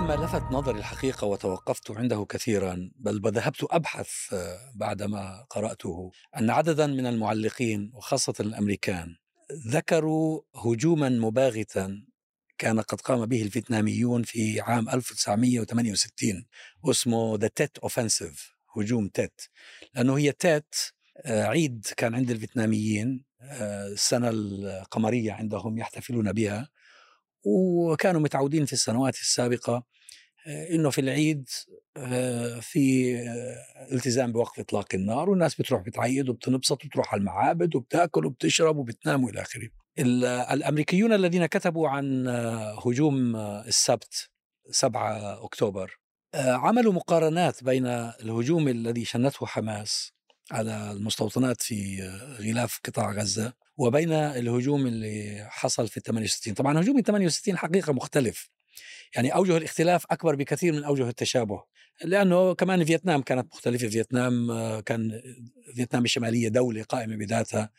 ما لفت نظري الحقيقة وتوقفت عنده كثيرا، بل ذهبت أبحث بعدما قرأته أن عددا من المعلقين وخاصة الأمريكان ذكروا هجوما مباغتا كان قد قام به الفيتناميون في عام 1968 اسمه The Tet Offensive، هجوم تيت. لأنه هي تيت عيد كان عند الفيتناميين، السنة القمرية عندهم يحتفلون بها، وكانوا متعودين في السنوات السابقة إنه في العيد في التزام بوقف إطلاق النار، والناس بتروح بتعيد وبتنبسط وبتروح على المعابد وبتاكل وبتشرب وبتنام وإلى آخره. الأمريكيون الذين كتبوا عن هجوم السبت 7 أكتوبر عملوا مقارنات بين الهجوم الذي شنته حماس على المستوطنات في غلاف قطاع غزة وبين الهجوم اللي حصل في 68. طبعا هجوم 68 حقيقة مختلف، يعني أوجه الاختلاف أكبر بكثير من أوجه التشابه، لأنه كمان فيتنام كانت مختلفة. فيتنام كان فيتنام الشمالية دولة قائمة بذاتها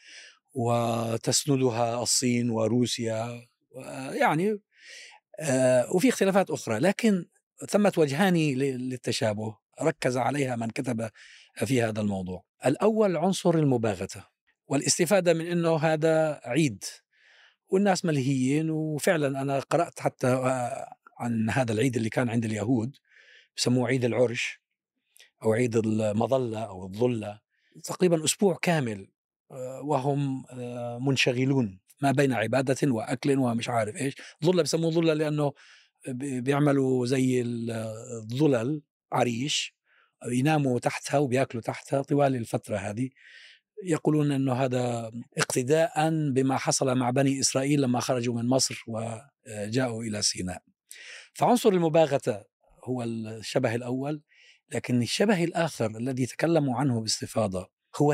وتسندها الصين وروسيا، يعني وفي اختلافات أخرى، لكن ثمة وجهان للتشابه ركز عليها من كتب في هذا الموضوع. الأول عنصر المباغتة والاستفادة من أنه هذا عيد والناس ملهيين. وفعلا أنا قرأت حتى عن هذا العيد اللي كان عند اليهود بسموه عيد العرش أو عيد المظلة أو الظلة، تقريبا أسبوع كامل وهم منشغلون ما بين عبادة وأكل ومش عارف إيش. ظلة بسموه ظلة لأنه بيعملوا زي الظلل عريش يناموا تحتها وبيأكلوا تحتها طوال الفترة هذه. يقولون أنه هذا اقتداء بما حصل مع بني إسرائيل لما خرجوا من مصر وجاءوا إلى سيناء. فعنصر المباغتة هو الشبه الأول، لكن الشبه الآخر الذي تكلموا عنه باستفاضة هو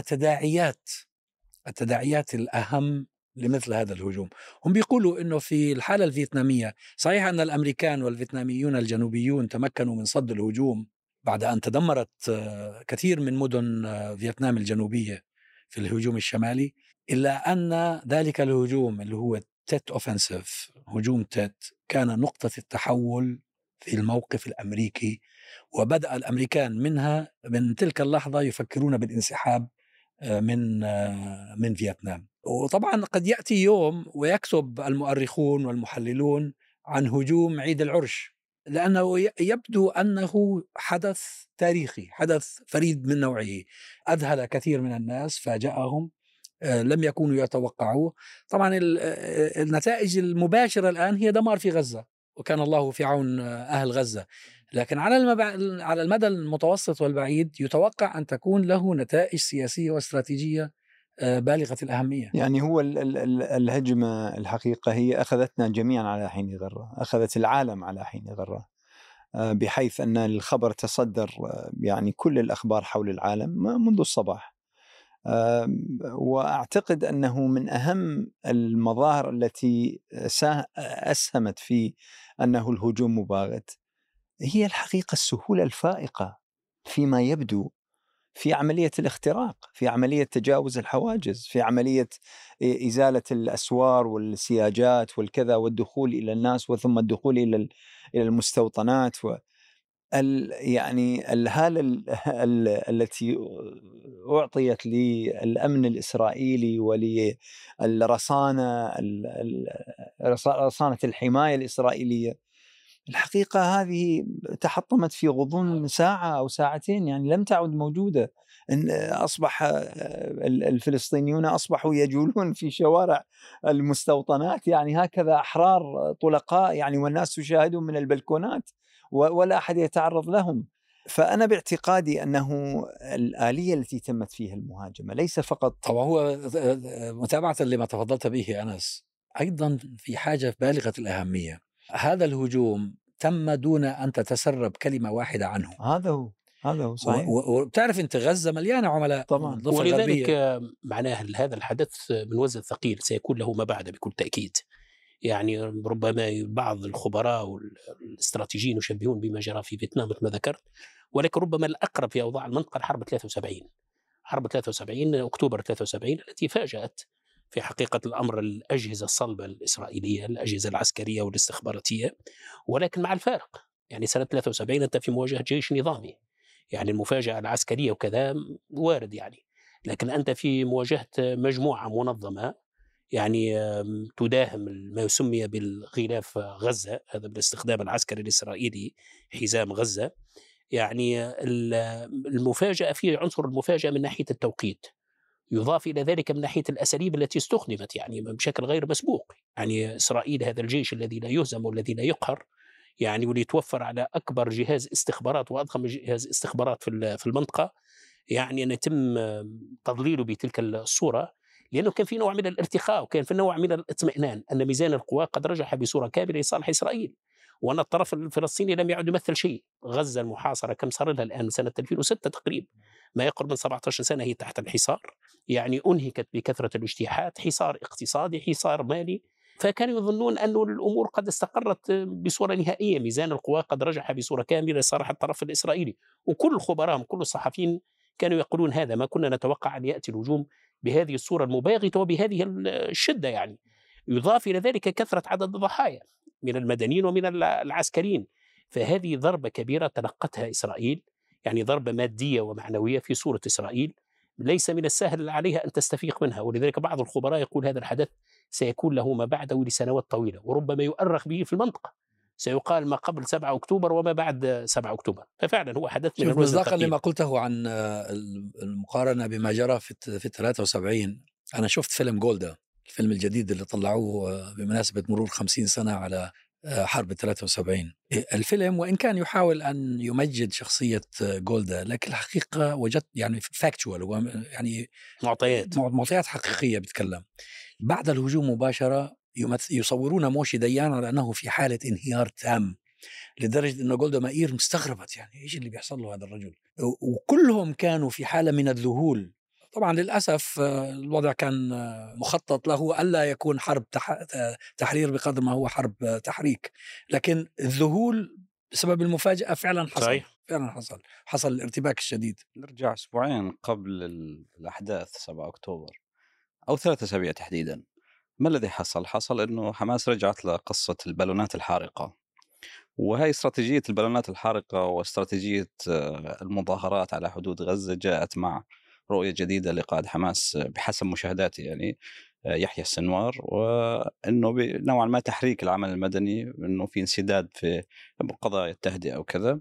التداعيات الأهم لمثل هذا الهجوم. هم بيقولوا أنه في الحالة الفيتنامية صحيح أن الأمريكان والفيتناميون الجنوبيون تمكنوا من صد الهجوم بعد أن تدمرت كثير من مدن فيتنام الجنوبية في الهجوم الشمالي، إلا أن ذلك الهجوم اللي هو تيت أوفنسيف، هجوم تيت، كان نقطة التحول في الموقف الأمريكي، وبدأ الأمريكان من تلك اللحظة يفكرون بالانسحاب من فيتنام. وطبعا قد يأتي يوم ويكتب المؤرخون والمحللون عن هجوم عيد العرش، لأنه يبدو أنه حدث تاريخي، حدث فريد من نوعه، أذهل كثير من الناس، فاجأهم، لم يكونوا يتوقعوه. طبعا النتائج المباشرة الآن هي دمار في غزة، وكان الله في عون أهل غزة، لكن على المدى المتوسط والبعيد يتوقع أن تكون له نتائج سياسية واستراتيجية بالغة الأهمية. يعني هو الهجمة الحقيقة هي أخذتنا جميعا على حين غرة، أخذت العالم على حين غرة، بحيث أن الخبر تصدر يعني كل الأخبار حول العالم منذ الصباح. وأعتقد أنه من أهم المظاهر التي أسهمت في أنه الهجوم مباغت هي الحقيقة السهولة الفائقة فيما يبدو في عملية الاختراق، في عملية تجاوز الحواجز، في عملية إزالة الأسوار والسياجات والكذا والدخول إلى الناس وثم الدخول إلى المستوطنات يعني الهالة التي أعطيت للأمن الإسرائيلي وللرصانة رصانة الحماية الإسرائيلية، الحقيقة هذه تحطمت في غضون ساعة أو ساعتين، يعني لم تعد موجودة. أصبح الفلسطينيون أصبحوا يجولون في شوارع المستوطنات يعني هكذا أحرار طلقاء، يعني والناس تشاهدهم من البلكونات ولا أحد يتعرض لهم. فأنا باعتقادي أنه الآلية التي تمت فيها المهاجمة ليس فقط، طبعا هو متابعة لما تفضلت به أنس، أيضا في حاجة بالغة الأهمية. هذا الهجوم تم دون أن تتسرب كلمة واحدة عنه. هذا هو صحيح. وبتعرف أنت غزة مليانة عملاء طبعا. الضفة ولذلك الغربية. معناه هذا الحدث من وزن ثقيل سيكون له ما بعد بكل تأكيد. يعني ربما بعض الخبراء والاستراتيجيين يشبهون بما جرى في فيتنام مثل ما ذكرت، ولكن ربما الأقرب في أوضاع المنطقة حرب 73 أكتوبر 73 التي فاجأت في حقيقة الأمر الأجهزة الصلبة الإسرائيلية، الأجهزة العسكرية والاستخباراتية، ولكن مع الفارق يعني سنة 73 أنت في مواجهة جيش نظامي، يعني المفاجأة العسكرية وكذا وارد يعني، لكن أنت في مواجهة مجموعة منظمة يعني تداهم ما يسمي بالغلاف غزة، هذا بالاستخدام العسكري الإسرائيلي حزام غزة. يعني المفاجأة في عنصر المفاجأة من ناحية التوقيت، يضاف إلى ذلك من ناحية الأساليب التي استخدمت يعني بشكل غير مسبوق. يعني إسرائيل هذا الجيش الذي لا يهزم والذي لا يقهر، يعني وليتوفر على أكبر جهاز استخبارات وأضخم جهاز استخبارات في المنطقة، يعني أن يتم تضليله بتلك الصورة، لأنه كان في نوع من الارتخاء وكان في نوع من الاطمئنان أن ميزان القوى قد رجح بصورة كاملة لصالح إسرائيل، وأن الطرف الفلسطيني لم يعد يمثل شيء. غزة المحاصرة كم صار لها الآن؟ من سنة 2006 تقريبا، ما يقرب من 17 سنة هي تحت الحصار، يعني أنهكت بكثرة الاجتياحات، حصار اقتصادي، حصار مالي. فكانوا يظنون أن الأمور قد استقرت بصورة نهائية، ميزان القوى قد رجح بصورة كاملة لصالح الطرف الإسرائيلي، وكل الخبراء كل الصحفيين كانوا يقولون هذا. ما كنا نتوقع أن يأتي الهجوم بهذه الصورة المباغتة وبهذه الشدة يعني. يضاف إلى ذلك كثرة عدد الضحايا من المدنيين ومن العسكريين، فهذه ضربة كبيرة تلقتها إسرائيل، يعني ضربة مادية ومعنوية في صورة إسرائيل ليس من السهل عليها أن تستفيق منها. ولذلك بعض الخبراء يقول هذا الحدث سيكون له ما بعده لسنوات طويلة، وربما يؤرخ به في المنطقة، سيقال ما قبل 7 أكتوبر وما بعد 7 أكتوبر. ففعلا هو حدث من شوف، الوزن مصداقا الثقيل. لما قلته عن المقارنة بما جرى في 73، أنا شفت فيلم جولدا، الفيلم الجديد اللي طلعوه بمناسبة مرور 50 سنة على حرب 73. الفيلم وإن كان يحاول أن يمجد شخصية جولدا، لكن الحقيقة وجدت يعني فاكتشوال، يعني معطيات حقيقية بتكلم. بعد الهجوم مباشرة يصورون موشي ديان على أنه في حالة انهيار تام، لدرجة أن جولدا مائير مستغربت يعني إيش اللي بيحصل له هذا الرجل، وكلهم كانوا في حالة من الذهول. طبعا للأسف الوضع كان مخطط له ألا يكون حرب تحرير بقدر ما هو حرب تحريك، لكن الذهول بسبب المفاجأة فعلا حصل. صحيح. فعلا حصل الارتباك الشديد. نرجع أسبوعين قبل الأحداث 7 أكتوبر أو 3 أسابيع تحديدا، ما الذي حصل؟ حصل أنه حماس رجعت لقصة البالونات الحارقة، وهي استراتيجية البالونات الحارقة واستراتيجية المظاهرات على حدود غزة جاءت مع رؤية جديدة لقائد حماس بحسب مشاهداتي يعني يحيى السنوار، وأنه نوعا ما تحريك العمل المدني، أنه في انسداد في قضايا التهدئة وكذا.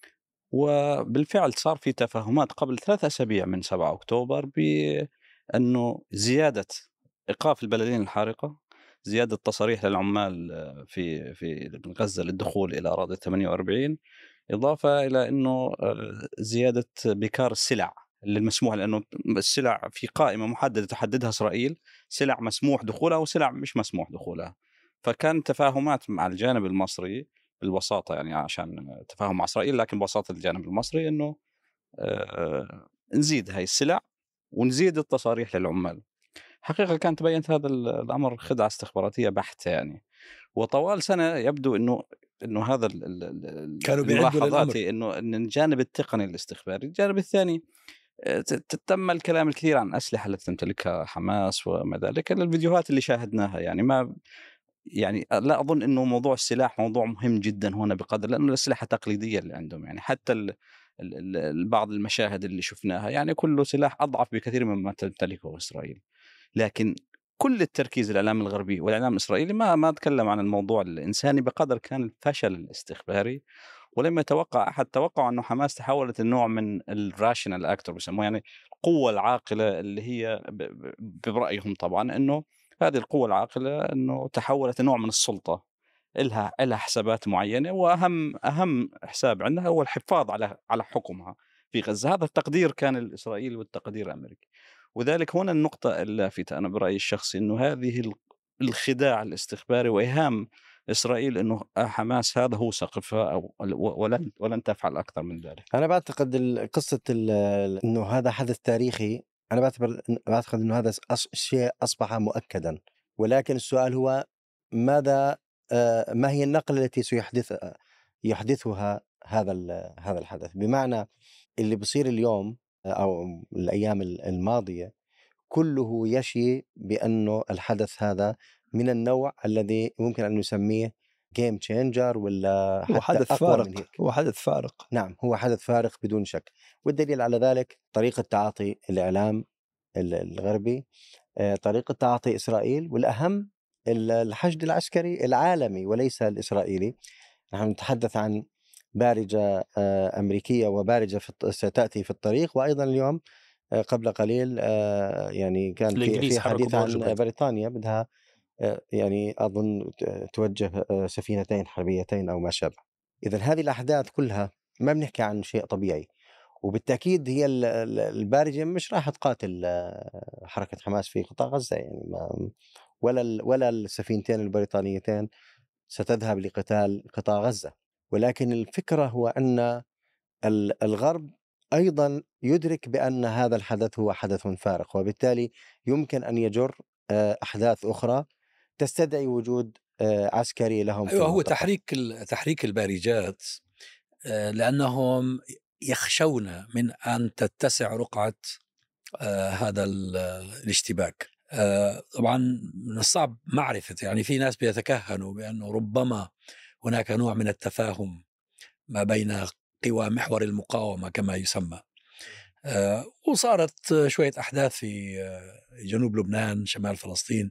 وبالفعل صار في تفاهمات قبل 3 أسابيع من 7 أكتوبر بأنه زيادة إيقاف البلالين الحارقة، زيادة تصاريح للعمال في غزة للدخول إلى أراضي 48، إضافة إلى أنه زيادة بكار السلع اللي المسموح، لأنه السلع في قائمة محددة تحددها إسرائيل، سلع مسموح دخولها وسلع مش مسموح دخولها. فكان تفاهمات مع الجانب المصري بالبساطة، يعني عشان تفاهم مع إسرائيل، لكن ببساطة الجانب المصري أنه نزيد هاي السلع ونزيد التصاريح للعمال. حقيقة كانت بينت هذا الأمر خدعة استخباراتية بحتة يعني. وطوال سنة يبدو أنه هذا كانوا بيعدوا للأمر، أنه الجانب التقني الاستخباري. الجانب الثاني تم الكلام الكثير عن أسلحة التي تمتلكها حماس وما ذلك. الفيديوهات اللي شاهدناها يعني ما يعني لا أظن أنه موضوع السلاح موضوع مهم جدا هنا بقدر، لأنه الأسلحة تقليدية اللي عندهم يعني. حتى بعض المشاهد اللي شفناها يعني كله سلاح أضعف بكثير مما تمتلكه إسرائيل. لكن كل التركيز الإعلام الغربي والإعلام الإسرائيلي ما تكلم عن الموضوع الإنساني بقدر كان الفشل الاستخباري. ولم يتوقع أحد توقع أنه حماس تحولت النوع من الراشنال أكتور بسموه، يعني القوة العاقلة اللي هي برأيهم طبعا أنه هذه القوة العاقلة أنه تحولت نوع من السلطة، إلها حسابات معينة، وأهم حساب عندها هو الحفاظ على حكمها في غزة. هذا التقدير كان الإسرائيلي والتقدير الأمريكي. وذلك هنا النقطة اللافتة أنا برأيي الشخصي، أنه هذه الخداع الاستخباري وإيهام إسرائيل أنه حماس هذا هو سقفها أو ولن تفعل أكثر من ذلك. أنا بعتقد قصة أنه هذا حدث تاريخي، أنا بعتقد أنه هذا شيء أصبح مؤكدا، ولكن السؤال هو ما هي النقلة التي سيحدثها هذا الحدث؟ بمعنى اللي بصير اليوم أو الأيام الماضية كله يشي بأنه الحدث هذا من النوع الذي ممكن أن نسميه جيم تشينجر ولا هو حتى حدث أقوى فارق، من هيك. هو حدث فارق. نعم، هو حدث فارق بدون شك. والدليل على ذلك طريقة تعاطي الإعلام الغربي، طريقة تعاطي إسرائيل، والأهم الحشد العسكري العالمي وليس الإسرائيلي. نحن نتحدث عن بارجة أمريكية وبارجة ستأتي في الطريق. وأيضا اليوم قبل قليل يعني كان في حديث عن بريطانيا بدها يعني أظن توجه سفينتين حربيتين أو ما شابه. إذن هذه الأحداث كلها ما بنحكي عن شيء طبيعي، وبالتأكيد هي البارجة مش راح تقاتل حركة حماس في قطاع غزة، يعني ولا السفينتين البريطانيتين ستذهب لقتال قطاع غزة. ولكن الفكرة هو أن الغرب أيضا يدرك بأن هذا الحدث هو حدث فارق، وبالتالي يمكن أن يجر أحداث أخرى تستدعي وجود عسكري لهم. أيوة، هو تحريك البارجات لأنهم يخشون من أن تتسع رقعة هذا الاشتباك. طبعا من الصعب معرفة، يعني في ناس بيتكهنوا بأنه ربما هناك نوع من التفاهم ما بين قوى محور المقاومة كما يسمى. وصارت شوية أحداث في جنوب لبنان، شمال فلسطين.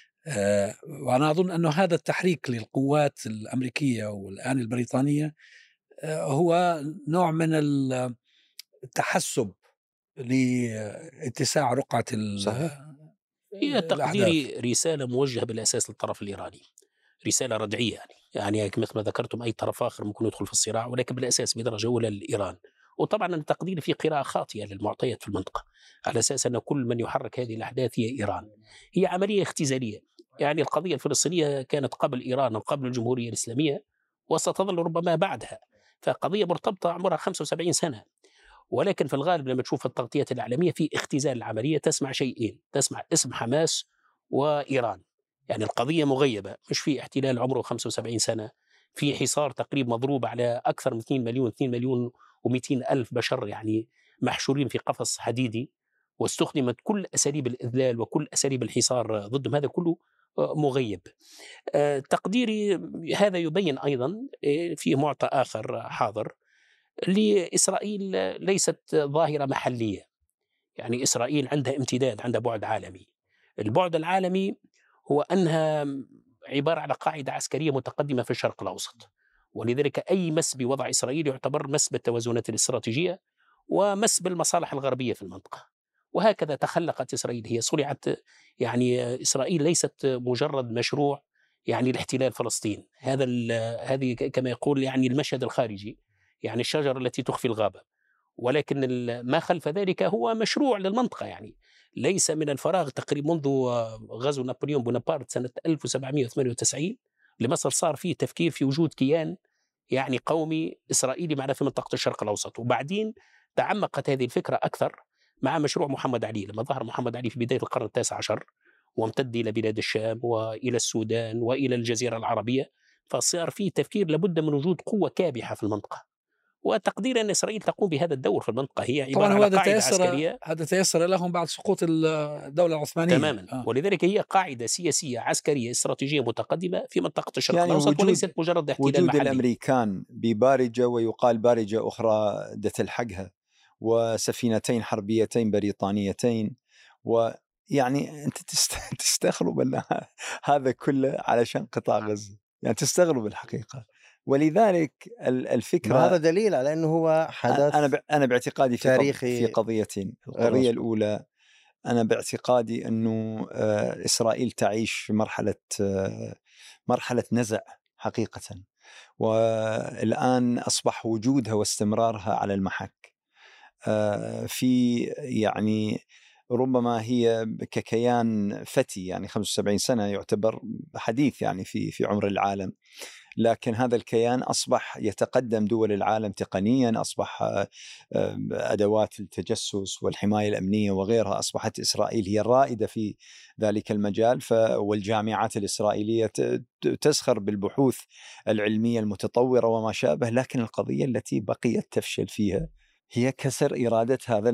وأنا أظن أنه هذا التحريك للقوات الأمريكية والآن البريطانية هو نوع من التحسب لاتساع رقعة هي تقديري رسالة موجهة بالأساس للطرف الإيراني، رسالة ردعية يعني مثل ما ذكرتم أي طرف آخر ممكن يدخل في الصراع، ولكن بالأساس بدرجة أولى لإيران. وطبعا التقدير في قراءة خاطئة للمعطيات في المنطقة على أساس أن كل من يحرك هذه الأحداث هي إيران. هي عملية اختزالية، يعني القضية الفلسطينية كانت قبل إيران وقبل الجمهورية الإسلامية وستظل ربما بعدها، فقضية مرتبطة عمرها 75 سنة. ولكن في الغالب لما تشوف التغطيات الإعلامية في اختزال العملية تسمع شيئين، تسمع اسم حماس وإيران، يعني القضية مغيبة، مش في احتلال عمره 75 سنة، في حصار تقريب مضروب على أكثر من 2 مليون و200 ألف بشر، يعني محشورين في قفص حديدي، واستخدمت كل أساليب الإذلال وكل أساليب الحصار ضدهم، هذا كله مغيب. تقديري هذا يبين أيضا في معطى آخر حاضر لإسرائيل، ليست ظاهرة محلية، يعني إسرائيل عندها امتداد، عندها بعد عالمي. البعد العالمي هو أنها عبارة على قاعدة عسكرية متقدمة في الشرق الأوسط، ولذلك أي مس بوضع إسرائيل يعتبر مس بالتوازنات الاستراتيجية ومس بالمصالح الغربية في المنطقة. وهكذا تخلقت إسرائيل، هي صنعت، يعني إسرائيل ليست مجرد مشروع يعني لاحتلال فلسطين، هذه كما يقول يعني المشهد الخارجي، يعني الشجرة التي تخفي الغابة، ولكن ما خلف ذلك هو مشروع للمنطقة. يعني ليس من الفراغ تقريبا منذ غزو نابليون بونابرت سنة 1798 لمصر صار فيه تفكير في وجود كيان يعني قومي إسرائيلي معنا في منطقة الشرق الأوسط. وبعدين تعمقت هذه الفكرة أكثر مع مشروع محمد علي، لما ظهر محمد علي في بداية القرن 19 وامتد إلى بلاد الشام وإلى السودان وإلى الجزيرة العربية، فصار فيه تفكير لابد من وجود قوة كابحة في المنطقة، وتقدير أن إسرائيل تقوم بهذا الدور في المنطقة. هي عبارة عن قاعدة عسكرية، هذا تيسر لهم بعد سقوط الدولة العثمانية تماما. ولذلك هي قاعدة سياسية عسكرية استراتيجية متقدمة في منطقة الشرق يعني الأوسط، وليست مجرد احتلال وجود محلي. الأمريكان ببارجة ويقال بارجة أخرى تلحقها، وسفينتين حربيتين بريطانيتين، ويعني أنت تستغرب هذا كله علشان قطاع غزة، يعني تستغرب الحقيقة. ولذلك الفكرة هذا دليل على أنه هو حدث أنا باعتقادي تاريخي في قضيتين. القضية الأولى أنا باعتقادي أنه إسرائيل تعيش مرحلة نزع حقيقة، والآن أصبح وجودها واستمرارها على المحك. في يعني ربما هي ككيان فتي، يعني 75 سنة يعتبر حديث يعني في عمر العالم، لكن هذا الكيان أصبح يتقدم دول العالم تقنيا، أصبح أدوات التجسس والحماية الأمنية وغيرها أصبحت إسرائيل هي الرائدة في ذلك المجال، والجامعات الإسرائيلية تسخر بالبحوث العلمية المتطورة وما شابه. لكن القضية التي بقيت تفشل فيها هي كسر إرادة هذا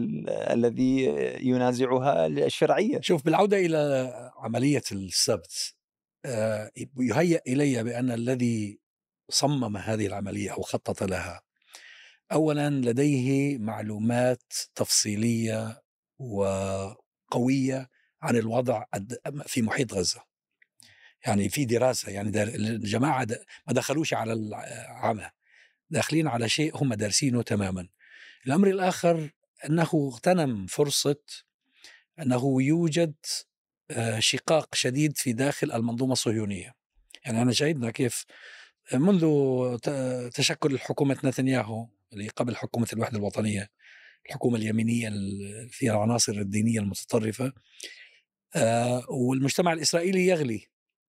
الذي ينازعها الشرعية. شوف، بالعودة إلى عملية السبت، يهيأ إلي بأن الذي صمم هذه العملية أو خطط لها أولا لديه معلومات تفصيلية وقوية عن الوضع في محيط غزة. يعني في دراسة، يعني الجماعة ما دخلوش على العمى، داخلين على شيء هم دارسينه تماما. الأمر الآخر أنه اغتنم فرصة أنه يوجد شقاق شديد في داخل المنظومة الصهيونية. يعني أنا شاهدنا كيف منذ تشكل حكومة نتنياهو اللي قبل حكومة الوحدة الوطنية، الحكومة اليمينية فيها العناصر الدينية المتطرفة، والمجتمع الإسرائيلي يغلي،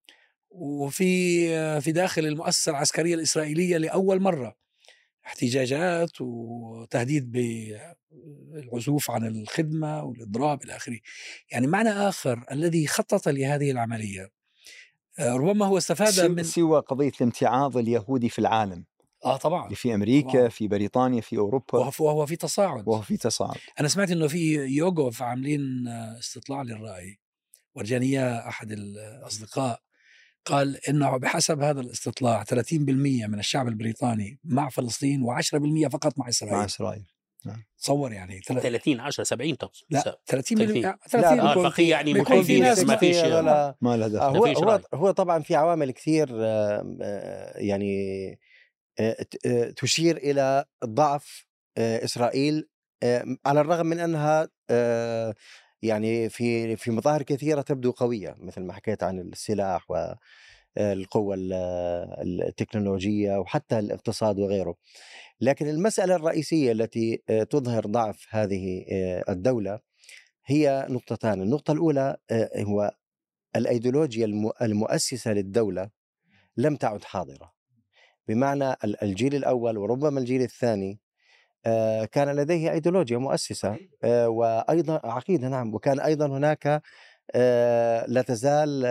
وفي داخل المؤسسة العسكرية الإسرائيلية لأول مرة احتجاجات وتهديد بالعزوف عن الخدمة والإضراب إلى آخره. يعني معنى آخر الذي خطط لهذه العملية ربما هو استفاد من سوى قضية الامتعاض اليهودي في العالم. طبعا في أمريكا طبعا. في بريطانيا في أوروبا، وهو في تصاعد. أنا سمعت أنه في يوغوف عاملين استطلاع للرأي، ورجاني إياه أحد الأصدقاء، قال إنه بحسب هذا الاستطلاع 30% من الشعب البريطاني مع فلسطين و10% فقط مع إسرائيل. تصور يعني 30 10 70 تقصد؟ لا 30%. لا البقية يعني بيكون في ناس ما فيش ما له دخل. هو طبعا في عوامل كثير يعني تشير إلى ضعف إسرائيل، على الرغم من أنها يعني في مظاهر كثيرة تبدو قوية، مثل ما حكيت عن السلاح والقوة التكنولوجية وحتى الاقتصاد وغيره. لكن المسألة الرئيسية التي تظهر ضعف هذه الدولة هي نقطتان. النقطة الأولى هو الأيديولوجيا المؤسسة للدولة لم تعد حاضرة، بمعنى الجيل الأول وربما الجيل الثاني كان لديه أيديولوجيا مؤسسة وأيضا عقيدة. نعم. وكان أيضا هناك لا تزال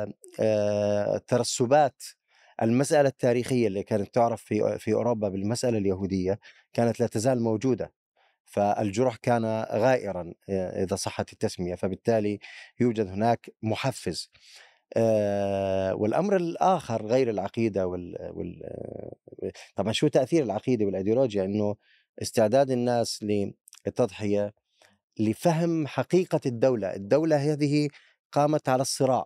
ترسبات المسألة التاريخية اللي كانت تعرف في أوروبا بالمسألة اليهودية كانت لا تزال موجودة، فالجرح كان غائرا إذا صحت التسمية، فبالتالي يوجد هناك محفز. والأمر الآخر غير العقيدة طبعا شو تأثير العقيدة والأيديولوجيا؟ أنه استعداد الناس للتضحية لفهم حقيقة الدولة هذه قامت على الصراع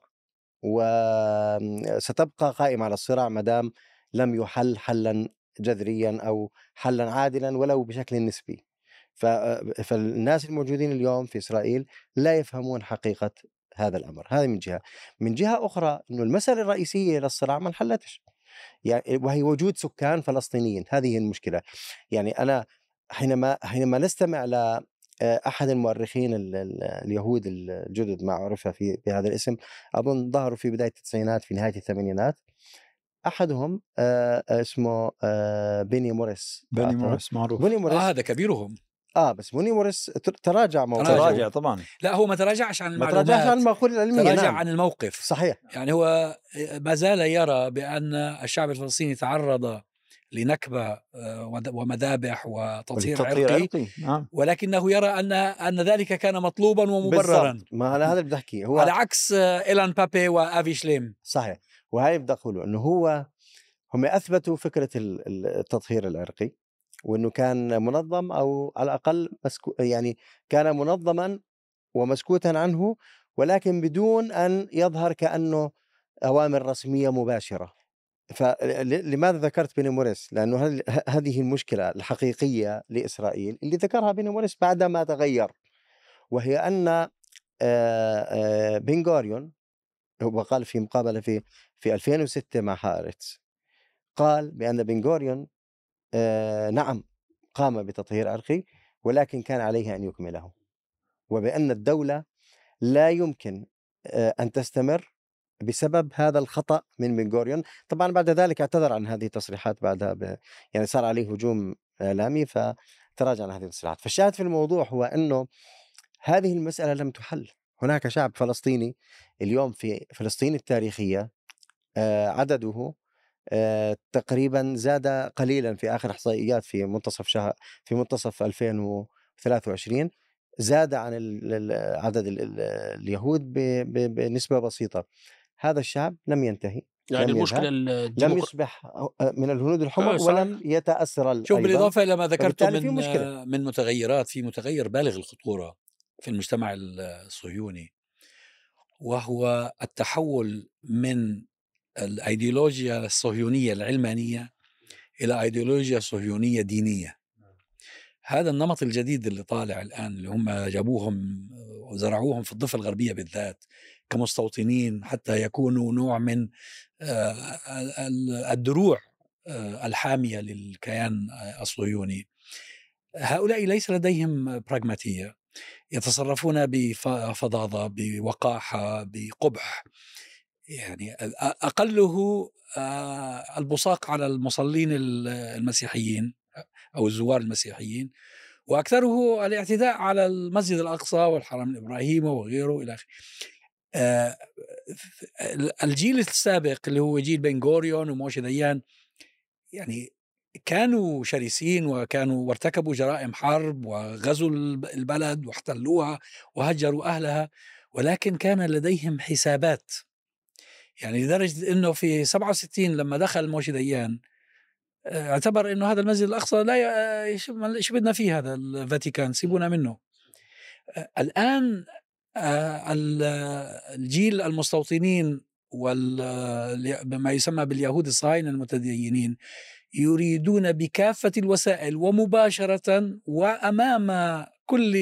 وستبقى قائمة على الصراع مدام لم يحل حلا جذريا أو حلا عادلا ولو بشكل نسبي. فالناس الموجودين اليوم في إسرائيل لا يفهمون حقيقة هذا الأمر. هذا من جهة. من جهة أخرى أنه المسألة الرئيسية للصراع ما انحلتش، يعني وهي وجود سكان فلسطينيين. هذه المشكلة. يعني أنا حينما نستمع ل أحد المؤرخين اليهود الجدد ما عرف بهذا الاسم، أظن ظهروا في بداية التسعينات في نهاية الثمانينات. أحدهم اسمه بيني موريس. معروف. بيني موريس هذا كبيرهم. بس بيني موريس تراجع تراجع طبعا. لا هو ما تراجعش عن المعلومات، ما تراجعش عن المقولة العلمية، تراجع نعم. عن الموقف. صحيح. يعني هو ما زال يرى بأن الشعب الفلسطيني تعرض لنكبة ومذابح وتطهير عرقي. نعم. ولكنه يرى أن ذلك كان مطلوبا ومبررا. ما أنا هذا اللي بدي أحكيه. هو على عكس إيلان بابي وآفي شليم. صحيح. وهي بدي أقوله أنه هم أثبتوا فكرة التطهير العرقي، وأنه كان منظم أو على الأقل يعني كان منظما ومسكوتا عنه، ولكن بدون أن يظهر كأنه أوامر رسمية مباشرة. فلماذا ذكرت بيني موريس؟ لأنه هذه المشكلة الحقيقية لإسرائيل اللي ذكرها بيني موريس بعدما تغير، وهي أن بن غوريون هو قال في مقابلة في 2006 مع هارتز، قال بأن بن غوريون نعم قام بتطهير عرقي ولكن كان عليه أن يكمله، وبأن الدولة لا يمكن أن تستمر بسبب هذا الخطأ من بن غوريون. طبعا بعد ذلك اعتذر عن هذه التصريحات بعدها يعني صار عليه هجوم إعلامي فتراجع عن هذه التصريحات. فالشاهد في الموضوع هو أنه هذه المسألة لم تحل. هناك شعب فلسطيني اليوم في فلسطين التاريخية عدده تقريبا زاد قليلا في آخر إحصائيات في منتصف 2023 زاد عن عدد اليهود بنسبة بسيطة. هذا الشعب لم ينتهي، يعني لم المشكلة يذهب، لم يصبح من الهنود الحمر صحيح. ولم يتأثر شوف، أيضا. بالإضافة إلى ما ذكرته فبالتالي في مشكلة. من متغيرات، في متغير بالغ الخطورة في المجتمع الصهيوني، وهو التحول من الأيديولوجيا الصهيونية العلمانية إلى أيديولوجيا صهيونية دينية. هذا النمط الجديد اللي طالع الآن، اللي هم جابوهم وزرعوهم في الضفة الغربية بالذات كمستوطنين حتى يكونوا نوع من الدروع الحامية للكيان الصهيوني. هؤلاء ليس لديهم براغماتية، يتصرفون بفظاظة، بوقاحة، بقبح، يعني أقله البصاق على المصلين المسيحيين أو الزوار المسيحيين، وأكثره الاعتداء على المسجد الأقصى والحرم الإبراهيمي وغيره إلى آخره. الجيل السابق اللي هو جيل بن غوريون وموشي ديان يعني كانوا شرسين وكانوا وارتكبوا جرائم حرب وغزوا البلد واحتلوها وهجروا أهلها، ولكن كان لديهم حسابات. يعني لدرجة أنه في 67 لما دخل موشي ديان اعتبر أنه هذا المسجد الأقصى لا شو بدنا فيه، هذا الفاتيكان سيبونا منه. الآن الجيل المستوطنين وما يسمى باليهود الصهاينة المتدينين يريدون بكافة الوسائل ومباشرة وأمام كل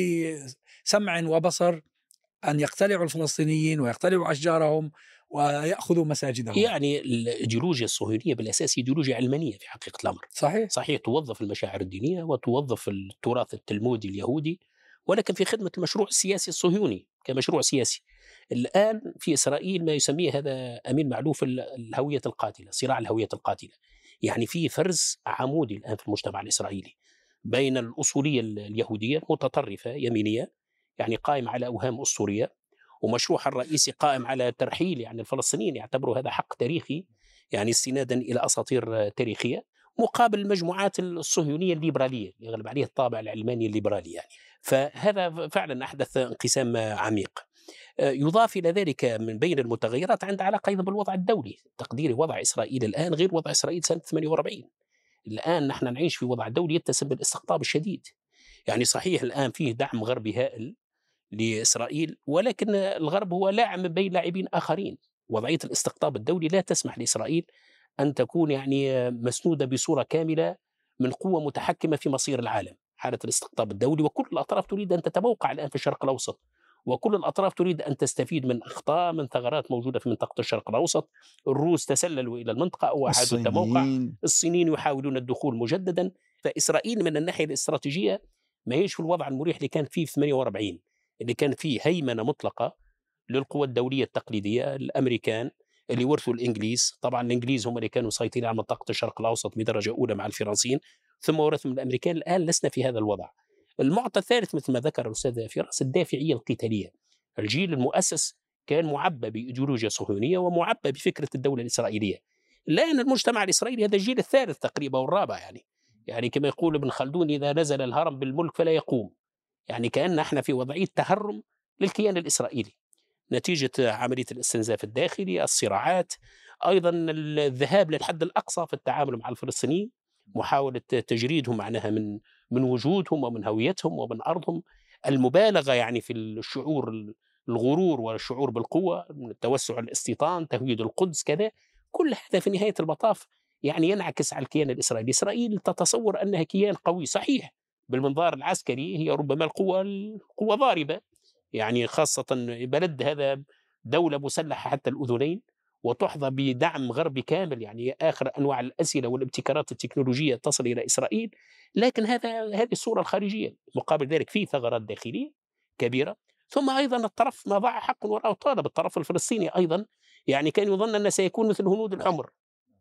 سمع وبصر أن يقتلعوا الفلسطينيين ويقتلعوا أشجارهم ويأخذوا مساجدهم. يعني الإيديولوجيا الصهيونية بالأساس إيديولوجيا علمانية في حقيقة الأمر. صحيح توظف المشاعر الدينية وتوظف التراث التلمودي اليهودي، ولكن في خدمة المشروع السياسي الصهيوني كمشروع سياسي. الآن في إسرائيل ما يسميه هذا أمين معلوف الهوية القاتلة، صراع الهوية القاتلة. يعني في فرز عمودي الآن في المجتمع الإسرائيلي بين الأصولية اليهودية المتطرفة يمينية، يعني قائم على أوهام أسطورية، ومشروعها الرئيسي قائم على ترحيل يعني الفلسطينيين، يعتبروا هذا حق تاريخي يعني استنادا إلى أساطير تاريخية، مقابل المجموعات الصهيونية الليبرالية يغلب عليها الطابع العلماني الليبرالي يعني. فهذا فعلا أحدث انقسام عميق. يضاف إلى ذلك من بين المتغيرات عند علاقة أيضا بالوضع الدولي. تقدير وضع إسرائيل الآن غير وضع إسرائيل سنة 48. الآن نحن نعيش في وضع دولي يتسم بالاستقطاب الشديد. يعني صحيح الآن فيه دعم غربي هائل لإسرائيل، ولكن الغرب هو لاعب بين لاعبين آخرين. وضعية الاستقطاب الدولي لا تسمح لإسرائيل أن تكون يعني مسنودة بصورة كاملة من قوة متحكمة في مصير العالم. حالة الاستقطاب الدولي، وكل الأطراف تريد أن تتموقع الآن في الشرق الأوسط، وكل الأطراف تريد أن تستفيد من أخطاء من ثغرات موجودة في منطقة الشرق الأوسط. الروس تسللوا إلى المنطقة وأعادوا التموقع، الصينيين يحاولون الدخول مجددا. فإسرائيل من الناحية الاستراتيجية ما هيش في الوضع المريح اللي كان فيه في 48، اللي كان فيه هيمنة مطلقة للقوى الدولية التقليدية. الأمريكان اللي ورثوا الإنجليز، طبعا الإنجليز هم اللي كانوا مسيطرين على منطقة الشرق الأوسط بدرجة أولى مع الفرنسيين، ثم ورثوا من الأمريكان. الآن لسنا في هذا الوضع. المعطى الثالث مثل ما ذكر الأستاذ فراس الدافعية القتالية. الجيل المؤسس كان معبى بإيديولوجيا صهيونية ومعبى بفكرة الدولة الإسرائيلية. الآن المجتمع الإسرائيلي هذا الجيل الثالث تقريبا والرابع، يعني كما يقول ابن خلدون إذا نزل الهرم بالملك فلا يقوم. يعني كأن احنا في وضعية تهرم للكيان الإسرائيلي نتيجة عملية الاستنزاف الداخلي، الصراعات، أيضا الذهاب للحد الأقصى في التعامل مع الفلسطينيين، محاولة تجريدهم معناها من وجودهم ومن هويتهم ومن أرضهم، المبالغة يعني في الشعور الغرور والشعور بالقوة، التوسع الاستيطان، تهويد القدس، كذا. كل هذا في نهاية المطاف يعني ينعكس على الكيان الإسرائيلي. إسرائيل تتصور أنها كيان قوي، صحيح بالمنظار العسكري هي ربما القوة ضاربة، يعني خاصة بلد هذا دولة مسلحة حتى الأذنين وتحظى بدعم غربي كامل، يعني آخر أنواع الأسئلة والابتكارات التكنولوجية تصل إلى إسرائيل. لكن هذه الصورة الخارجية. مقابل ذلك في ثغرات داخلية كبيرة. ثم أيضا الطرف ما ضاع حق وراءه طالب، الطرف الفلسطيني أيضا يعني كان يظن أنه سيكون مثل الهنود الحمر،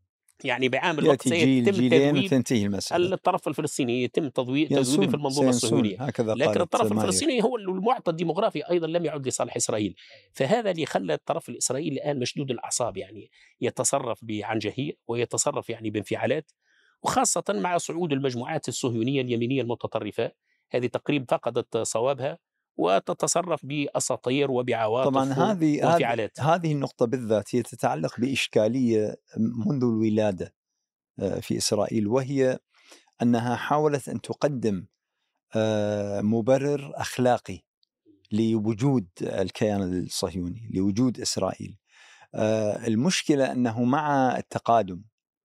يعني بعام الوقت سيتم تذويب الطرف الفلسطيني، يتم تذويبه في المنظومة الصهيونية. لكن الطرف الفلسطيني هو المعطى الديموغرافي أيضا لم يعد لصالح إسرائيل. فهذا اللي خلى الطرف الإسرائيلي الآن مشدود الأعصاب، يعني يتصرف بعنجهية ويتصرف يعني بانفعالات، وخاصة مع صعود المجموعات الصهيونية اليمينية المتطرفة. هذه تقريبا فقدت صوابها وتتصرف بأساطير وبعواطف طبعا وانفعالات. هذه النقطة بالذات هي تتعلق بإشكالية منذ الولادة في إسرائيل، وهي أنها حاولت أن تقدم مبرر أخلاقي لوجود الكيان الصهيوني، لوجود إسرائيل. المشكلة أنه مع التقادم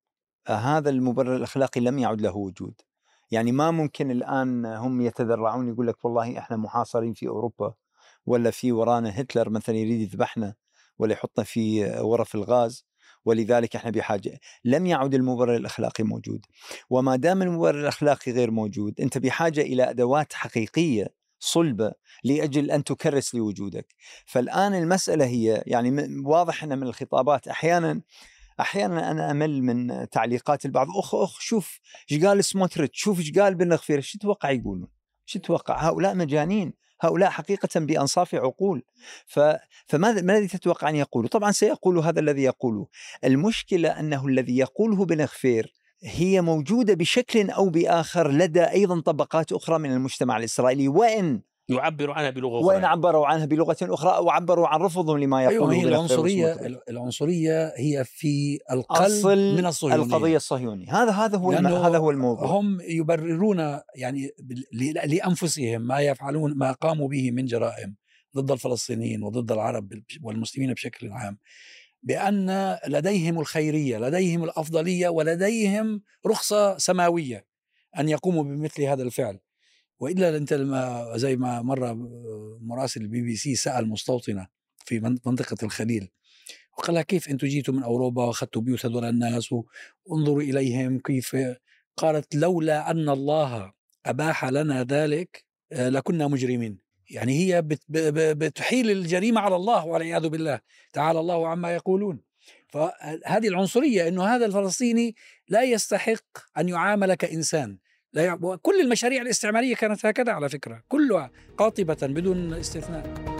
هذا المبرر الأخلاقي لم يعد له وجود. يعني ما ممكن الآن هم يتذرعون يقول لك والله إحنا محاصرين في أوروبا، ولا في ورانا هتلر مثلا يريد يذبحنا ولا يحطنا في غرف الغاز، ولذلك احنا بحاجة. لم يعد المبرر الأخلاقي موجود، وما دام المبرر الأخلاقي غير موجود أنت بحاجة إلى أدوات حقيقية صلبة لأجل أن تكرس لوجودك. فالآن المسألة هي يعني واضح أن من الخطابات أحيانا أنا أمل من تعليقات البعض، شوف إيش قال سموتريتش، شوف إيش قال بن غفير، شو تتوقع يقولون؟ شو تتوقع؟ هؤلاء مجانين، هؤلاء حقيقة بأنصاف عقول. فماذا الذي تتوقع أن يقولوا؟ طبعا سيقولوا هذا الذي يقوله. المشكلة أنه الذي يقوله بن غفير هي موجودة بشكل أو بآخر لدى أيضا طبقات أخرى من المجتمع الإسرائيلي، وإن يعبروا عنها بلغة أخرى، وإن عبروا عنها بلغة أخرى أو عبروا عن رفضهم لما يقوله. أيوة، العنصرية هي في القلب من الصهيونية، القضية الصهيونية. هذا هو الموضوع. هم يبررون يعني لأنفسهم ما يفعلون، ما قاموا به من جرائم ضد الفلسطينيين وضد العرب والمسلمين بشكل عام، بأن لديهم الخيرية، لديهم الأفضلية، ولديهم رخصة سماوية أن يقوموا بمثل هذا الفعل. وإلا أنت زي ما مرة مراسل BBC سأل مستوطنة في منطقة الخليل وقال لها كيف أنتم جيتوا من أوروبا وأخذتوا بيوت هذول الناس وانظروا إليهم كيف. قالت لولا أن الله أباح لنا ذلك لكنا مجرمين. يعني هي بتحيل الجريمة على الله والعياذ بالله، تعالى الله عما يقولون. فهذه العنصرية، أنه هذا الفلسطيني لا يستحق أن يعامل كإنسان. كل المشاريع الاستعمارية كانت هكذا على فكرة، كلها قاطبة بدون استثناء.